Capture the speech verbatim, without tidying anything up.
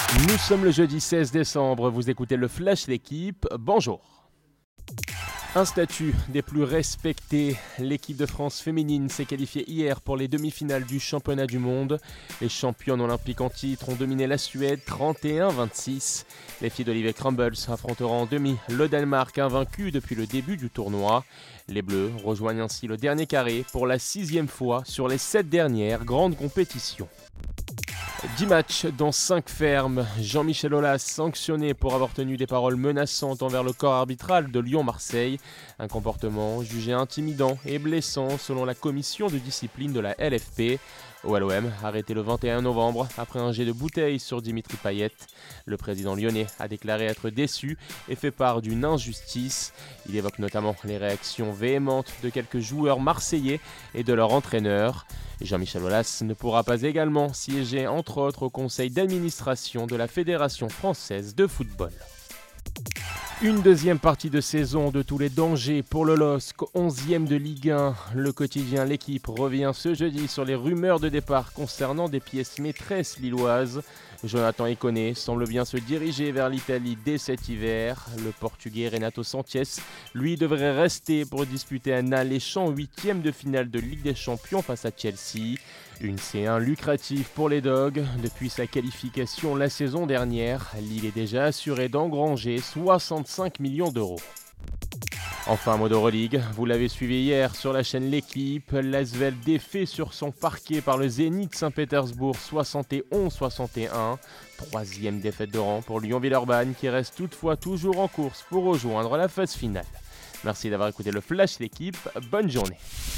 Nous sommes le jeudi seize décembre, vous écoutez le Flash L'équipe, bonjour. Un statut des plus respectés, l'équipe de France féminine s'est qualifiée hier pour les demi-finales du championnat du monde. Les championnes olympiques en titre ont dominé la Suède trente et un à vingt-six. Les filles d'Olivier Crumbles affronteront en demi le Danemark invaincu depuis le début du tournoi. Les Bleus rejoignent ainsi le dernier carré pour la sixième fois sur les sept dernières grandes compétitions. dix matchs dans cinq fermes. Jean-Michel Aulas sanctionné pour avoir tenu des paroles menaçantes envers le corps arbitral de Lyon-Marseille. Un comportement jugé intimidant et blessant selon la commission de discipline de la L F P. O L O M arrêté le vingt et un novembre après un jet de bouteille sur Dimitri Payet. Le président lyonnais a déclaré être déçu et fait part d'une injustice. Il évoque notamment les réactions véhémentes de quelques joueurs marseillais et de leur entraîneur. Jean-Michel Aulas ne pourra pas également siéger entre autres au conseil d'administration de la Fédération française de football. Une deuxième partie de saison de tous les dangers pour le L O S C, onzième de Ligue un. Le quotidien L'équipe revient ce jeudi sur les rumeurs de départ concernant des pièces maîtresses lilloises. Jonathan Iconé semble bien se diriger vers l'Italie dès cet hiver. Le Portugais Renato Sanches, lui, devrait rester pour disputer un alléchant huitième de finale de Ligue des Champions face à Chelsea. Une C un lucrative pour les Dogs. Depuis sa qualification la saison dernière, Lille est déjà assuré d'engranger soixante-cinq millions d'euros. Enfin, un mot d'Euroleague, vous l'avez suivi hier sur la chaîne L'équipe, l'Asvel défait sur son parquet par le Zénith Saint-Pétersbourg soixante et onze à soixante et un. Troisième défaite de rang pour Lyon-Villeurbanne qui reste toutefois toujours en course pour rejoindre la phase finale. Merci d'avoir écouté le Flash L'équipe, bonne journée.